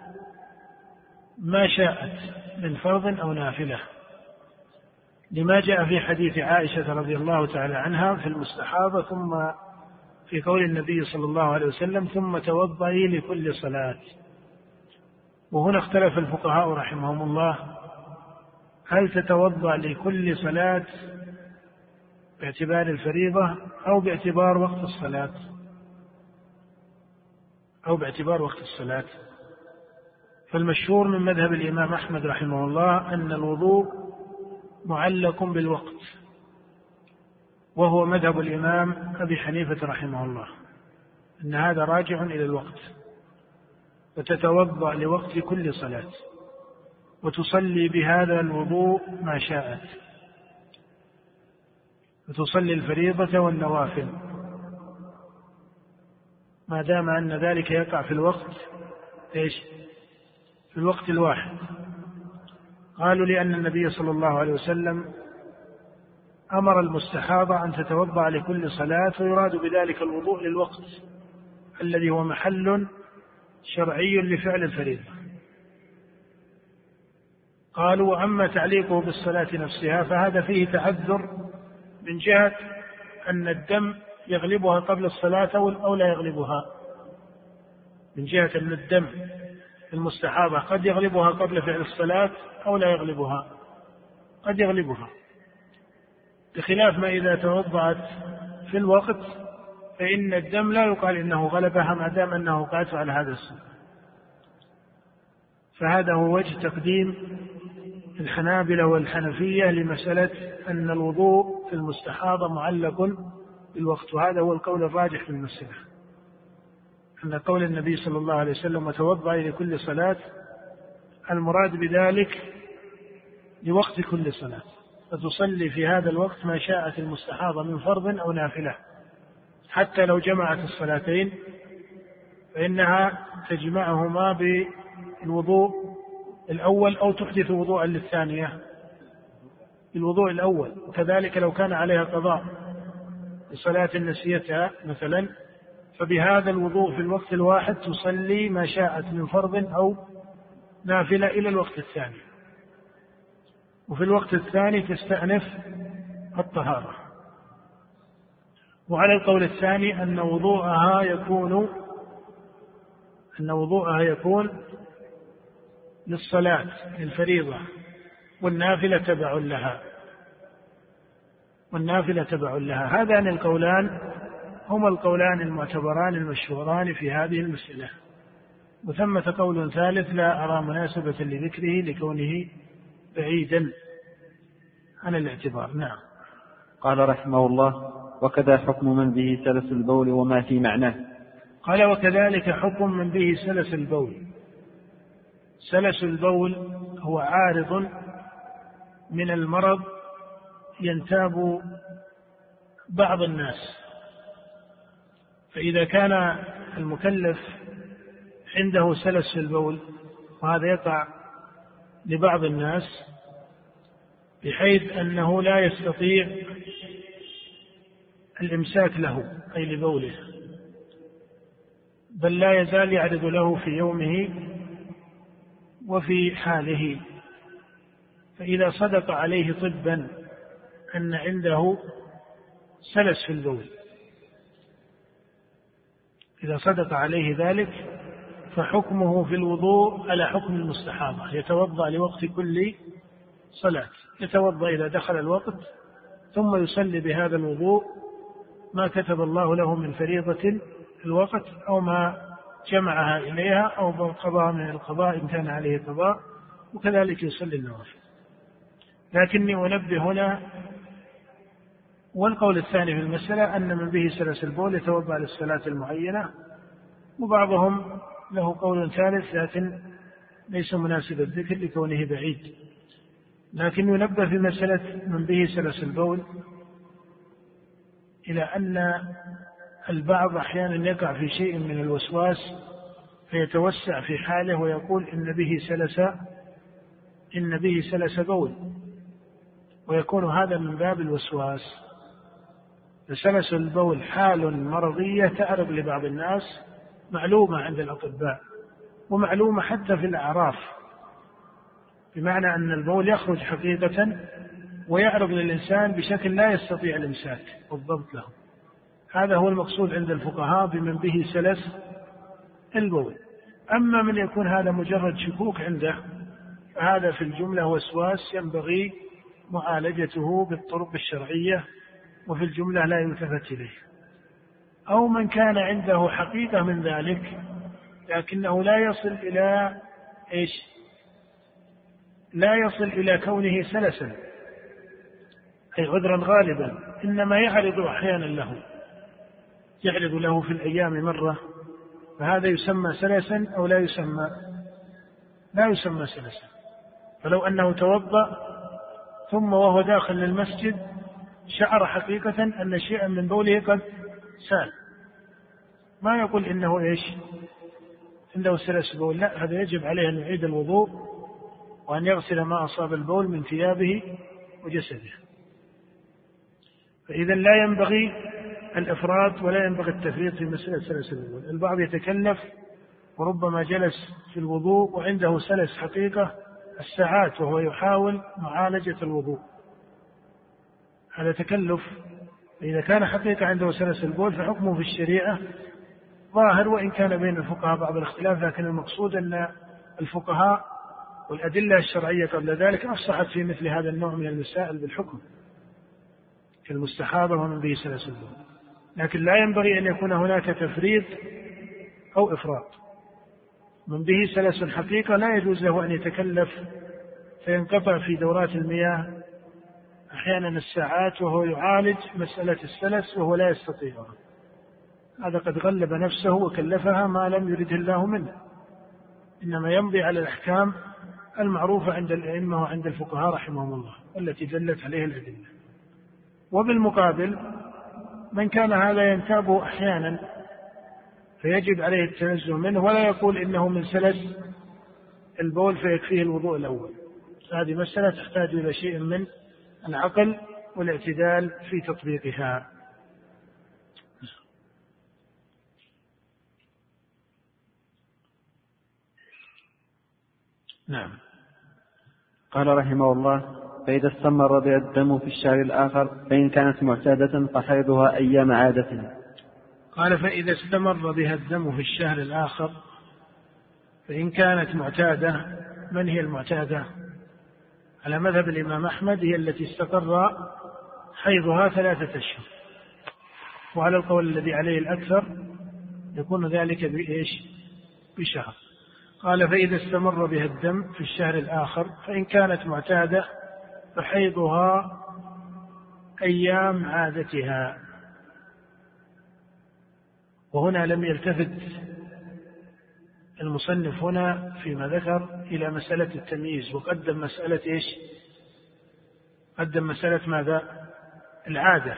ما شاءت من فرض أو نافلة، لما جاء في حديث عائشة رضي الله تعالى عنها في المستحاضة، ثم في قول النبي صلى الله عليه وسلم: ثم توضئي لكل صلاة. وهنا اختلف الفقهاء رحمهم الله، هل تتوضأ لكل صلاة باعتبار الفريضة أو باعتبار وقت الصلاة أو باعتبار وقت الصلاة؟ فالمشهور من مذهب الإمام أحمد رحمه الله أن الوضوء معلق بالوقت، وهو مذهب الإمام أبي حنيفة رحمه الله، أن هذا راجع إلى الوقت. وتتوضأ لوقت كل صلاة وتصلي بهذا الوضوء ما شاءت، وتصلي الفريضة والنوافل ما دام أن ذلك يقع في الوقت إيش؟ في الوقت الواحد. قالوا لأن النبي صلى الله عليه وسلم أمر المستحاضة أن تتوضأ لكل صلاة، ويراد بذلك الوضوء للوقت الذي هو محل شرعي لفعل الفريضة. قالوا: وأما تعليقه بالصلاة نفسها فهذا فيه تعذر من جهة أن الدم يغلبها قبل الصلاة أو لا يغلبها، من جهة أن الدم المستحاضة قد يغلبها قبل فعل الصلاة أو لا يغلبها، قد يغلبها، بخلاف ما إذا توضأت في الوقت فإن الدم لا يقال إنه غلبها ما دام أنه قد فعل هذا السنة. فهذا هو وجه تقديم الحنابلة والحنفية لمسألة أن الوضوء في المستحاضة معلق بالوقت، وهذا هو القول الراجح في المسألة، أن قول النبي صلى الله عليه وسلم: وتوضأ لكل صلاة، المراد بذلك لوقت كل صلاة، فتصلي في هذا الوقت ما شاءت المستحاضة من فرض أو نافلة، حتى لو جمعت الصلاتين فإنها تجمعهما بالوضوء الأول أو تحدث وضوءا للثانية بالوضوء الأول. وكذلك لو كان عليها قضاء لصلاة نسيتها مثلا، فبهذا الوضوء في الوقت الواحد تصلي ما شاءت من فرض أو نافلة إلى الوقت الثاني، وفي الوقت الثاني تستأنف الطهارة. وعلى القول الثاني أن وضوءها يكون أن وضوءها يكون للصلاة للفريضة، والنافلة تبع لها والنافلة تبع لها هذان القولان هما القولان المعتبران المشهوران في هذه المسألة. وثمة قول ثالث لا أرى مناسبة لذكره لكونه بعيدا عن الاعتبار. نعم. قال رحمه الله: وكذا حكم من به سلس البول وما في معناه. قال: وكذلك حكم من به سلس البول. سلس البول هو عارض من المرض ينتاب بعض الناس، فإذا كان المكلف عنده سلس في البول، وهذا يقع لبعض الناس بحيث أنه لا يستطيع الإمساك له أي لبوله، بل لا يزال يعرض له في يومه وفي حاله، فإذا صدق عليه طبا أن عنده سلس في البول، إذا صدق عليه ذلك فحكمه في الوضوء على حكم المستحاضة، يتوضأ لوقت كل صلاة، يتوضأ إذا دخل الوقت ثم يصلي بهذا الوضوء ما كتب الله له من فريضة الوقت أو ما جمعها إليها أو قضاء من القضاء إن كان عليه قضاء، وكذلك يصلي النوافل. لكني أنبه هنا، والقول الثاني في المسألة أن من به سلس البول يتوضأ للصلاة المعينة، وبعضهم له قول ثالث لكن ليس مناسب الذكر لكونه بعيد. لكن ينبه في مسألة من به سلس البول إلى أن البعض أحيانا يقع في شيء من الوسواس فيتوسع في حاله ويقول إن به سلس إن به سلس بول، ويكون هذا من باب الوسواس. فسلس البول حال مرضية تعرض لبعض الناس، معلومة عند الأطباء ومعلومة حتى في الأعراف، بمعنى أن البول يخرج حقيقة ويعرض للإنسان بشكل لا يستطيع الإمساك والضبط له. هذا هو المقصود عند الفقهاء بمن به سلس البول. أما من يكون هذا مجرد شكوك عنده فهذا في الجملة وسواس ينبغي معالجته بالطرق الشرعية، وفي الجملة لا يلتفت إليه. أو من كان عنده حقيقة من ذلك لكنه لا يصل إلى إيش؟ لا يصل إلى كونه سلسا أي عذرا غالبا، إنما يعرض أحيانا له، يعرض له في الأيام مرة، فهذا يسمى سلسا أو لا يسمى لا يسمى سلسا. فلو أنه توضأ ثم وهو داخل للمسجد شعر حقيقة أن شيئا من بوله قد سال، ما يقول إنه إيش عنده سلس بول، لا، هذا يجب عليه أن يعيد الوضوء وأن يغسل ما أصاب البول من ثيابه وجسده. فإذا لا ينبغي الإفراط ولا ينبغي التفريط في مسألة سلس البول. البعض يتكلف وربما جلس في الوضوء وعنده سلس حقيقة الساعات وهو يحاول معالجة الوضوء، هذا تكلف. إذا كان حقيقة عنده سلس البول فحكمه في الشريعة ظاهر، وإن كان بين الفقهاء بعض الاختلاف، لكن المقصود أن الفقهاء والأدلة الشرعية قبل ذلك أفصحت في مثل هذا النوع من المسائل بالحكم كالمستحاضة ومن به سلس البول. لكن لا ينبغي أن يكون هناك تفريط أو إفراط. من به سلس حقيقة لا يجوز له أن يتكلف فينقطع في دورات المياه أحيانا الساعات وهو يعالج مسألة السلس وهو لا يستطيعها، هذا قد غلب نفسه وكلفها ما لم يرده الله منه، إنما يمضي على الأحكام المعروفة عند الأئمة وعند الفقهاء رحمهم الله التي دلت عليه الأدلة. وبالمقابل من كان هذا ينتابه أحيانا فيجب عليه التنزه منه، ولا يقول إنه من سلس البول فيكفيه الوضوء الأول. هذه مسألة تحتاج إلى شيء من العقل والاعتدال في تطبيقها. نعم. قال رحمه الله: فإذا استمر بها الدم في الشهر الآخر فإن كانت معتادة فحيضها أيام عادتها. قال: فإذا استمر بها الدم في الشهر الآخر فإن كانت معتادة. من هي المعتادة؟ على مذهب الإمام أحمد هي التي استقر حيضها ثلاثة أشهر، وعلى القول الذي عليه الأكثر يكون ذلك بإيش؟ بشهر. قال: فإذا استمر بها الدم في الشهر الآخر فإن كانت معتادة فحيضها أيام عادتها. وهنا لم يلتفت المصنف هنا فيما ذكر إلى مسألة التمييز، وقدم مسألة إيش؟ قدم مسألة ماذا؟ العادة.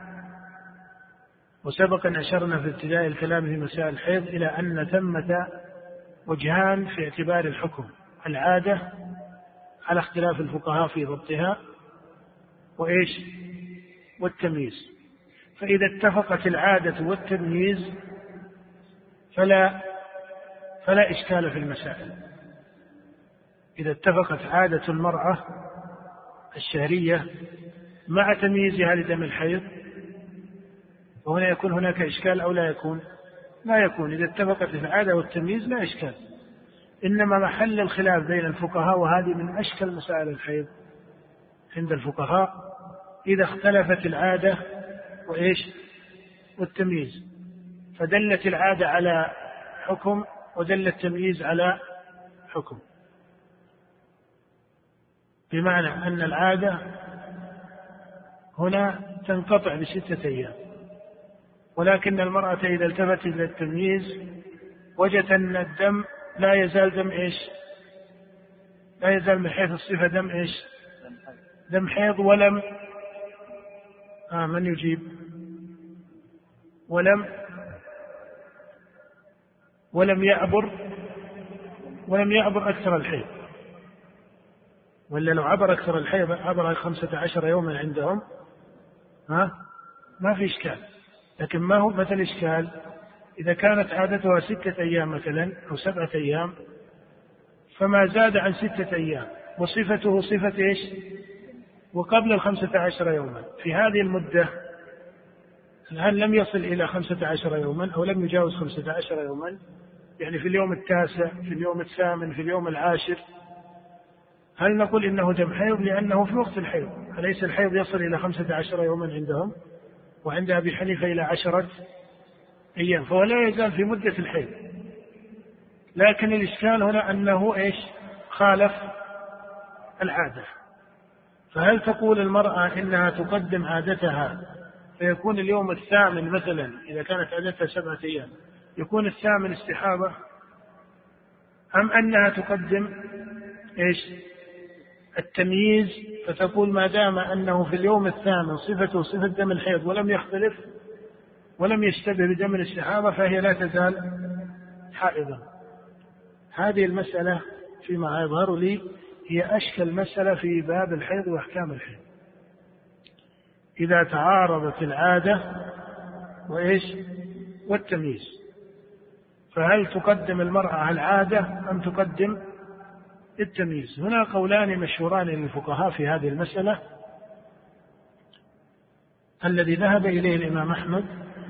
وسبق أن أشرنا في ابتداء الكلام في مسائل الحيض إلى أن ثمة وجهان في اعتبار الحكم: العادة على اختلاف الفقهاء في ضبطها، وإيش؟ والتمييز. فإذا اتفقت العادة والتمييز فلا فلا إشكال في المسائل. إذا اتفقت عادة المرأة الشهرية مع تمييزها لدم الحيض وهنا يكون هناك إشكال أو لا يكون؟ لا يكون. إذا اتفقت العادة والتمييز لا إشكال. إنما محل الخلاف بين الفقهاء، وهذه من أشكل مسائل الحيض عند الفقهاء، إذا اختلفت العادة وإيش؟ والتمييز، فدلت العادة على حكم ودل التمييز على حكم، بمعنى أن العادة هنا تنقطع بستة أيام، ولكن المرأة إذا التفتت إلى التمييز وجدت أن الدم لا يزال دم إيش؟ لا يزال من حيث الصفة دم إيش؟ دم حيض، ولم آه من يجيب؟ ولم ولم يعبر ولم يعبر أكثر الحيض، ولا لو عبر أكثر الحيض عبر خمسة عشر يوما عندهم ها ما في إشكال. لكن ما هو مثل إشكال إذا كانت عادتها ستة أيام مثلا أو سبعة أيام فما زاد عن ستة أيام وصفته صفة إيش؟ وقبل الخمسة عشر يوما، في هذه المدة الآن لم يصل إلى خمسة عشر يوما أو لم يجاوز خمسة عشر يوما، يعني في اليوم التاسع، في اليوم الثامن، في اليوم العاشر، هل نقول إنه دم حيض لأنه في وقت الحيض؟ أليس الحيض يصل إلى خمسة عشر يوما عندهم وعند أبي حنيفة إلى عشرة أيام، فهو لا يزال في مدة الحيض. لكن الإشكال هنا أنه إيش؟ خالف العادة. فهل تقول المرأة إنها تقدم عادتها فيكون اليوم الثامن مثلا إذا كانت عادتها سبعة أيام يكون الثامن استحاضة، أم أنها تقدم إيش؟ التمييز، فتقول ما دام أنه في اليوم الثامن صفته صفة دم الحيض ولم يختلف ولم يشتبه بدم الاستحاضة فهي لا تزال حائضا. هذه المسألة فيما يظهر لي هي أشكل مسألة في باب الحيض وأحكام الحيض. إذا تعارضت العادة وإيش؟ والتمييز، فهل تقدم المرأة العادة أم تقدم التمييز. هنا قولان مشهوران للفقهاء في هذه المسألة. الذي ذهب إليه الإمام أحمد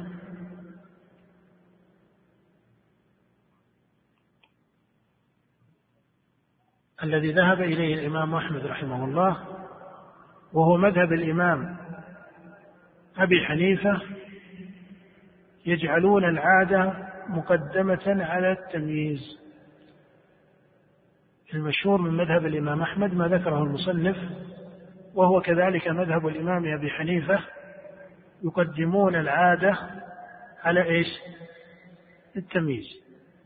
الذي ذهب إليه الإمام أحمد رحمه الله وهو مذهب الإمام أبي حنيفة، يجعلون العادة مقدمة على التمييز. المشهور من مذهب الإمام أحمد ما ذكره المصنف، وهو كذلك مذهب الإمام أبي حنيفة، يقدمون العادة على إيش؟ التمييز.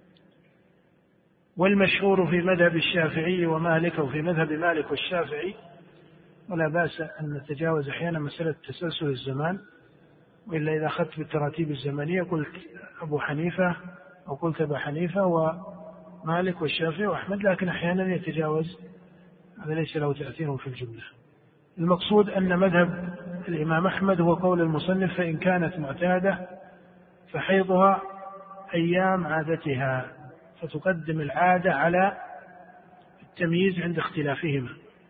والمشهور في مذهب الشافعي ومالك وفي مذهب مالك والشافعي، ولا بأس أن نتجاوز أحيانا مسألة تسلسل الزمان، وإلا إذا أخذت بالتراتيب الزمنية قلت أبو حنيفة أو قلت أبو حنيفة ومالك والشافعي وأحمد، لكن أحيانا يتجاوز، هذا ليس له تأثير في الجملة. المقصود أن مذهب الإمام أحمد هو قول المصنف: فإن كانت معتادة فحيضها أيام عادتها، فتقدم العادة على التمييز عند اختلافهما.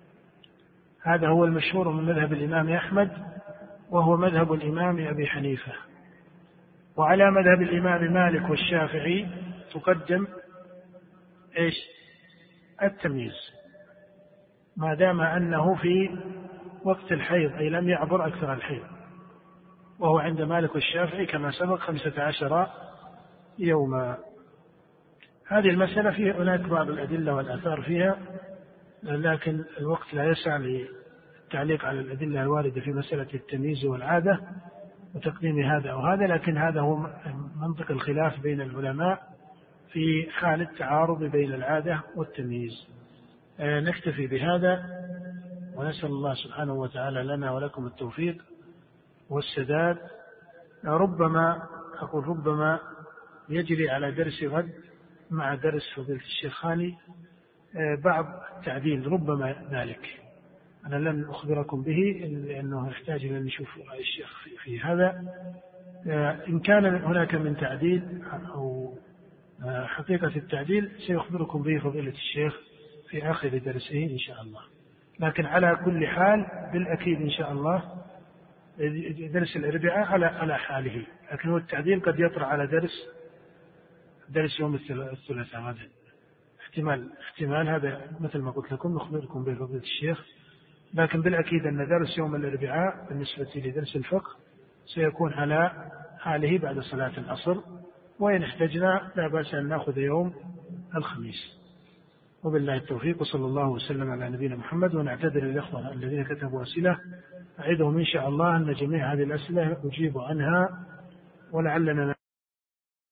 هذا هو المشهور من مذهب الإمام أحمد، وهو مذهب الإمام أبي حنيفة. وعلى مذهب الإمام مالك والشافعي تقدم إيش؟ التمييز، ما دام أنه في وقت الحيض، أي لم يعبر أكثر الحيض، وهو عند مالك والشافعي كما سبق خمسة عشر يوما. هذه المسألة فيها هناك بعض الأدلة والآثار فيها، لكن الوقت لا يسع للتعليق على الأدلة الواردة في مسألة التمييز والعادة وتقديم هذا أو هذا، لكن هذا هو منطق الخلاف بين العلماء في حال التعارض بين العادة والتمييز. نكتفي بهذا، ونسأل الله سبحانه وتعالى لنا ولكم التوفيق والسداد. ربما أقول ربما يجري على درس غد مع درس فضيلة الشيخ خاني بعض التعديل، ربما ذلك أنا لن أخبركم به لأنه يحتاج إلى أن نشوف رأي الشيخ في, في هذا. إن كان هناك من تعديل أو حقيقة التعديل سيخبركم به فضيلة الشيخ في آخر درسه إن شاء الله. لكن على كل حال بالأكيد إن شاء الله درس الأربعاء على على حاله، لكن هو التعديل قد يطرأ على درس درس يوم الثلاثاء. هذا احتمال احتمال هذا مثل ما قلت لكم نخبركم به فضيلة الشيخ، لكن بالأكيد أن درس يوم الأربعاء بالنسبة لدرس الفقه سيكون على حاله بعد صلاة العصر، وإن احتجنا لا بأس أن نأخذ يوم الخميس. وبالله التوفيق، وصلى الله وسلم على نبينا محمد. ونعتذر للإخوة الذين كتبوا أسئلة، أعدهم إن شاء الله أن جميع هذه الأسئلة نجيب عنها، ولعلنا